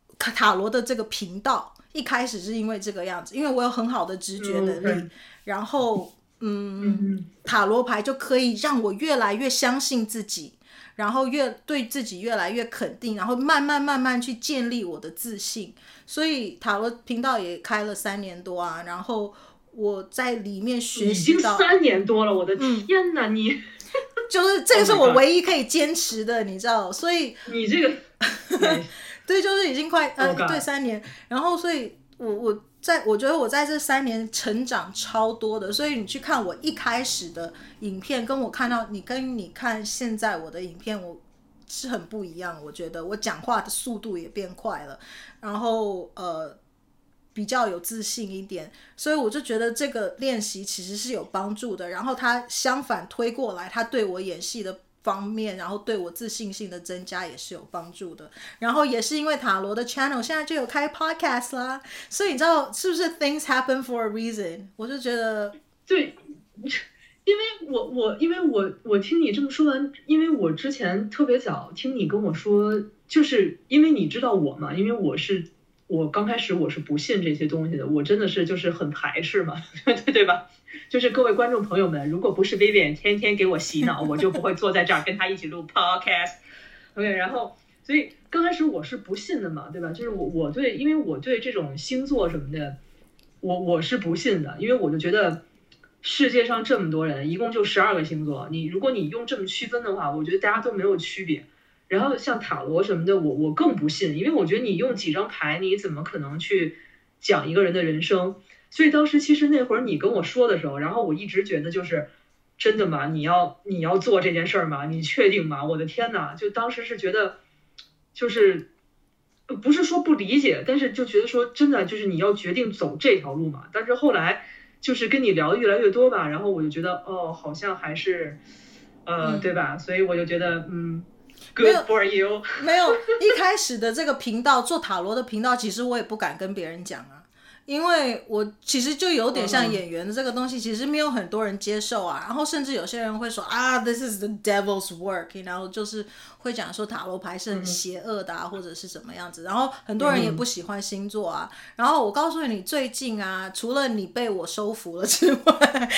A: 塔罗的这个频道一开始是因为这个样子，因为我有很好的直觉能力，嗯、然后嗯，塔罗牌就可以让我越来越相信自己，然后越对自己越来越肯定，然后慢慢慢慢去建立我的自信。所以塔罗频道也开了三年多啊，然后我在里面学习到
B: 已经三年多了，我的天哪，嗯、你
A: 就是这个是我唯一可以坚持的， oh、你知道，所以
B: 你这个
A: 对，就是已经快呃、
B: oh、
A: 对三年，然后所以我我在我觉得我在这三年成长超多的，所以你去看我一开始的影片，跟我看到你跟你看现在我的影片，我是很不一样。我觉得我讲话的速度也变快了，然后呃比较有自信一点，所以我就觉得这个练习其实是有帮助的。然后它相反推过来，它对我演戏的方面，然后对我自信性的增加也是有帮助的。然后也是因为塔罗的 channel 现在就有开 podcast 啦，所以你知道是不是 things happen for a reason？ 我就觉得
B: 对，因为我我因为我我听你这么说完，因为我之前特别早听你跟我说，就是因为你知道我嘛，因为我是我刚开始我是不信这些东西的，我真的是就是很排斥嘛，对对吧？就是各位观众朋友们，如果不是 Vivian 天天给我洗脑，我就不会坐在这儿跟他一起录 podcast。OK， 然后所以刚开始我是不信的嘛，对吧？就是我我对，因为我对这种星座什么的，我我是不信的，因为我就觉得世界上这么多人，一共就十二个星座，你如果你用这么区分的话，我觉得大家都没有区别。然后像塔罗什么的，我我更不信，因为我觉得你用几张牌，你怎么可能去讲一个人的人生？所以当时其实那会儿你跟我说的时候，然后我一直觉得就是真的吗？你要你要做这件事儿吗？你确定吗？我的天哪！就当时是觉得就是不是说不理解，但是就觉得说真的就是你要决定走这条路嘛。但是后来就是跟你聊的越来越多吧，然后我就觉得哦，好像还是呃、嗯、对吧？所以我就觉得嗯。Good for you
A: 没有一开始的这个频道做塔罗的频道，其实我也不敢跟别人讲啊，因为我其实就有点像演员的这个东西，其实没有很多人接受啊。然后甚至有些人会说啊 ，this is the devil's work， 然后就是会讲说塔罗牌是很邪恶的啊，嗯、或者是怎么样子。然后很多人也不喜欢星座啊。嗯、然后我告诉你，最近啊，除了你被我收服了之外。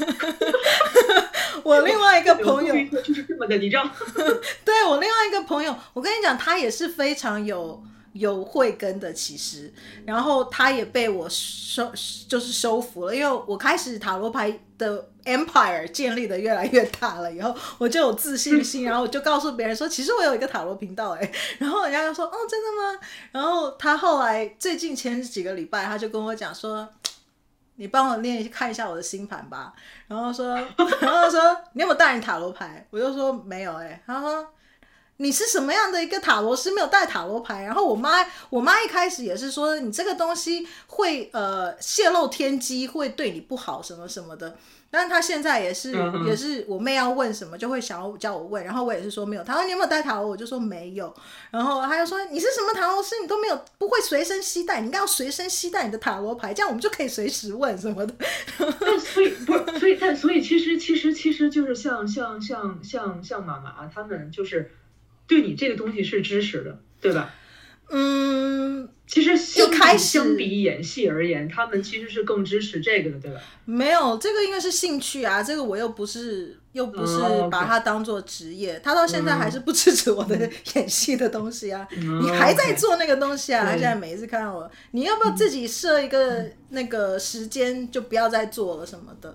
A: 我另外一个朋友
B: 就是这么的，你知道？
A: 对，我另外一个朋友，我跟你讲，他也是非常有有慧根的，其实，然后他也被我收，就是收服了，因为我开始塔罗牌的 empire 建立的越来越大了，以后我就有自信心，然后我就告诉别人说，其实我有一个塔罗频道哎，然后人家就说，哦，真的吗？然后他后来最近前几个礼拜，他就跟我讲说。你帮我念看一下我的星盘吧，然后说，然后说你有没有带你塔罗牌？我就说没有哎、欸，他说你是什么样的一个塔罗师没有带塔罗牌？然后我妈，我妈一开始也是说你这个东西会呃泄露天机，会对你不好什么什么的。但是他现在也是、嗯、也是我妹要问什么就会想要叫我问，然后我也是说没有。他说你有没有带塔罗？我就说没有。然后他就说你是什么塔罗师？你都没有不会随身携带，你应该要随身携带你的塔罗牌，这样我们就可以随时问什么的。
B: 但所以不是，所以但所以其实其实其实就是像像像像像妈妈他们就是对你这个东西是支持的，对吧？
A: 嗯，
B: 其实相比相比演戏而言，他们其实是更支持这个的，对吧？
A: 没有，这个应该是兴趣啊，这个我又不是又不是把它当做职业， oh, okay. 他到现在还是不支持我的演戏的东西啊，嗯、你还在做那个东西啊， okay. 他现在每一次看到我，你要不要自己设一个那个时间，就不要再做了什么的。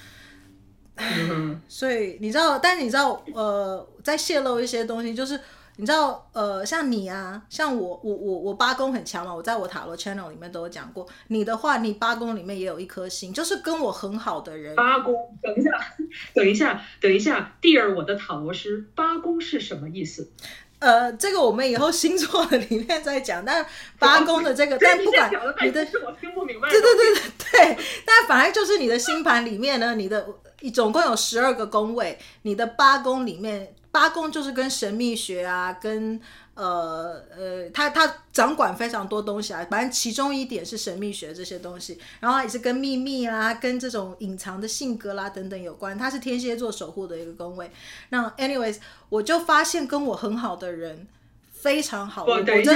A: 嗯、所以你知道，但你知道，呃，在泄露一些东西，就是你知道，呃，像你啊，像我，我我我八宫很强嘛，我在我塔罗 channel 里面都有讲过。你的话，你八宫里面也有一颗星，就是跟我很好的人。
B: 八宫，等一下，等一下，等一下 ，Dear 我的塔罗师，八宫是什么意思？
A: 呃，这个我们以后星座的里面再讲，但八宫的这个，但不管你的，
B: 是我听不明白。
A: 对对对对对，但反正就是你的星盘里面呢，你的总共有十二个宫位，你的八宫里面，八宫就是跟神秘学啊，跟呃呃，他他掌管非常多东西啊，反正其中一点是神秘学这些东西，然后也是跟秘密啊，跟这种隐藏的性格啦等等有关。他是天蝎座守护的一个宫位。那 anyways， 我就发现跟我很好的人非常好。
B: 我等一下，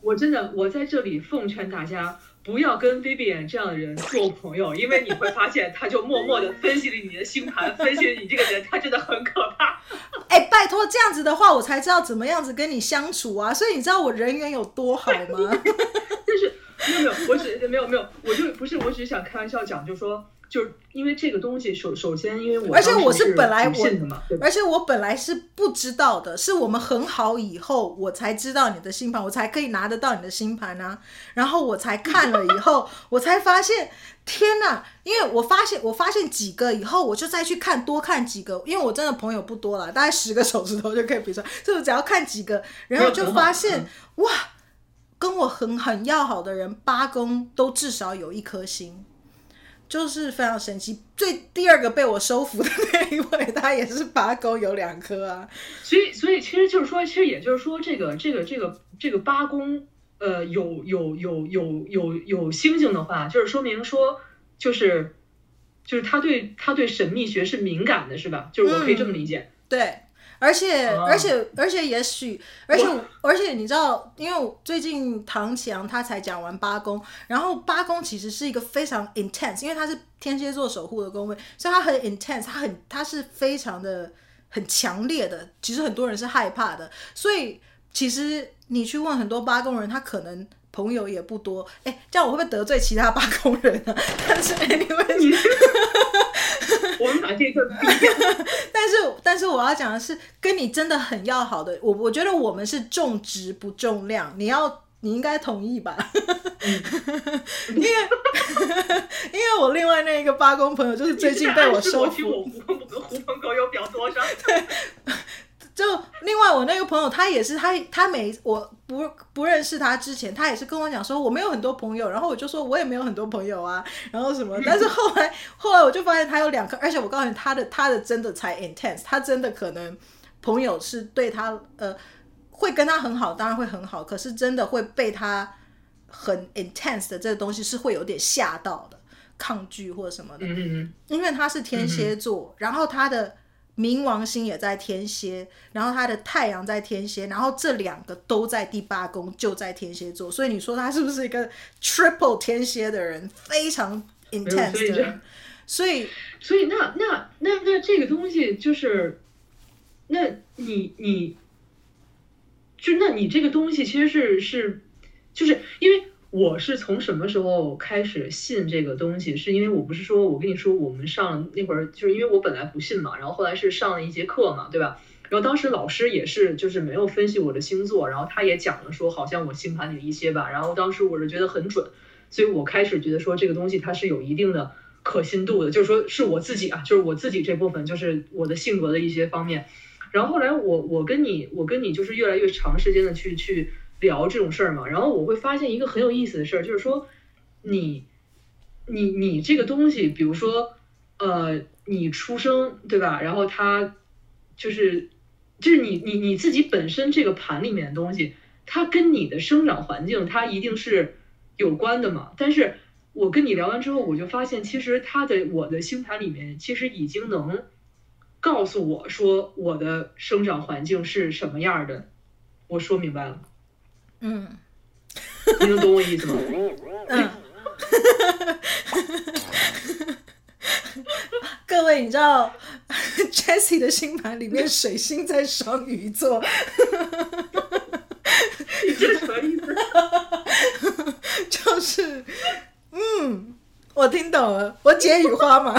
B: 我真的我在这里奉劝大家。不要跟 Vivian 这样的人做朋友，因为你会发现他就默默的分析了你的星盘，分析了你这个人，他真的很可怕。
A: 哎、欸，拜托，这样子的话我才知道怎么样子跟你相处啊，所以你知道我人缘有多好吗？
B: 但是没有没有，我只没有没有，我就不是，我只是想开玩笑讲，就说。就是因为这个东西，首首先，因为我
A: 而且我是本来
B: 我，
A: 而且我本来是不知道的，是我们很好以后，我才知道你的星盘，我才可以拿得到你的星盘啊。然后我才看了以后，我才发现，天哪！因为我发现，我发现几个以后，我就再去看，多看几个，因为我真的朋友不多了，大概十个手指头就可以比出来，所以我只要看几个，然后就发现，哇，跟我很很要好的人，八宫都至少有一颗星。就是非常神奇，最第二个被我收服的那一位，他也是八宫有两颗啊。
B: 所以，所以其实就是说，其实也就是说，这个这个这个这个八宫，呃，有有有有有有星星的话，就是说明说，就是就是他对他对神秘学是敏感的，是吧？就是我可以这么理解。
A: 嗯、对。而且、哦、而且而且也许而且而且你知道，因为最近唐强他才讲完八宫，然后八宫其实是一个非常 intense， 因为他是天蝎座守护的宫位，所以他很 intense， 他很他是非常的很强烈的，其实很多人是害怕的，所以其实你去问很多八宫人，他可能朋友也不多。哎，这样我会不会得罪其他八宫人啊？但是 anyway
B: 我们把这个
A: 但是但是我要讲的是，跟你真的很要好的，我我觉得我们是重质不重量，你要你应该同意吧？嗯、因为因为我另外那个八宫朋友就是最近被我收服，
B: 我跟狐朋狗友表多少？
A: 对。就另外我那个朋友，他也是他他每我不不认识他之前，他也是跟我讲说我没有很多朋友，然后我就说我也没有很多朋友啊，然后什么，但是后来后来我就发现他有两个，而且我告诉你，他的他的真的才 intense， 他真的可能朋友是对他呃会跟他很好，当然会很好，可是真的会被他很 intense 的这个东西是会有点吓到的，抗拒或者什么的，
B: 嗯、
A: 因为他是天蝎座，嗯、然后他的冥王星也在天蝎，然后他的太阳在天蝎，然后这两个都在第八宫，就在天蝎座，所以你说他是不是一个 triple 天蝎的人，非常 intense 的人？所以
B: 所以那那那那这个东西就是，那你你就那你这个东西其实是是就是因为。我是从什么时候开始信这个东西？是因为我不是说我跟你说我们上那会儿，就是因为我本来不信嘛，然后后来是上了一节课嘛，对吧？然后当时老师也是就是没有分析我的星座，然后他也讲了说好像我星盘里的一些吧，然后当时我是觉得很准，所以我开始觉得说这个东西它是有一定的可信度的，就是说是我自己啊，就是我自己这部分就是我的性格的一些方面。然后后来我我跟你我跟你就是越来越长时间的去去。聊这种事儿嘛，然后我会发现一个很有意思的事儿，就是说你你你这个东西，比如说呃你出生对吧，然后它就是就是你你你自己本身这个盘里面的东西，它跟你的生长环境它一定是有关的嘛。但是我跟你聊完之后，我就发现其实它的我的星盘里面其实已经能告诉我说我的生长环境是什么样的，我说明白了。
A: 嗯，
B: 你能懂我意思吗？
A: 嗯，各位，你知道 Jessie 的星盘里面水星在双鱼座，
B: 你这什么意思？
A: 就是，嗯，我听懂了，我解语花嘛。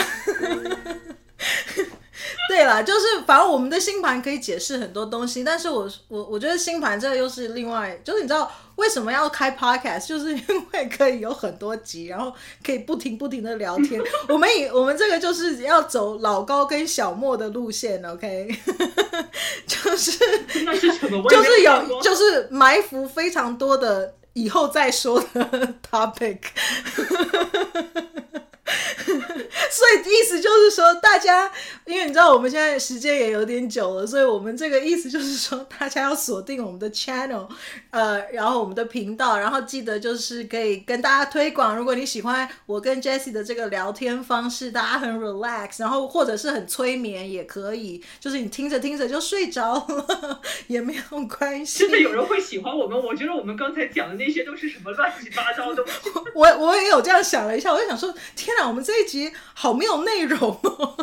A: 对啦，就是反正我们的星盘可以解释很多东西，但是我我我觉得星盘这个又是另外，就是你知道为什么要开 podcast， 就是因为可以有很多集，然后可以不停不停的聊天。我们以我们这个就是要走老高跟小莫的路线 ，OK， 就是
B: 那是什么？
A: 就是有就是埋伏非常多的以后再说的 topic。 所以意思就是说大家，因为你知道我们现在时间也有点久了，所以我们这个意思就是说大家要锁定我们的 channel 呃，然后我们的频道，然后记得就是可以跟大家推广，如果你喜欢我跟 Jessie 的这个聊天方式，大家很 relax， 然后或者是很催眠也可以，就是你听着听着就睡着了也没有关系。
B: 真的有人会喜欢我们？我觉得我们刚才讲的那些都是什么乱七八糟的东西。
A: 我我也有这样想了一下，我就想说天哪，我们这一集好没有内容哦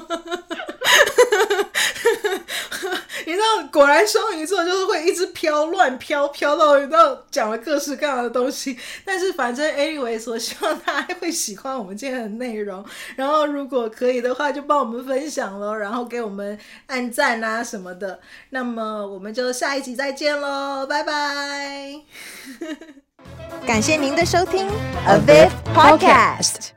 A: 你知道果然双鱼座就是会一直飘乱飘飘到你知道讲了各式各样的东西，但是反正 anyway 我希望大家会喜欢我们今天的内容，然后如果可以的话就帮我们分享咯，然后给我们按赞啊什么的，那么我们就下一集再见咯，拜拜
C: 感谢您的收听 A Viv Podcast。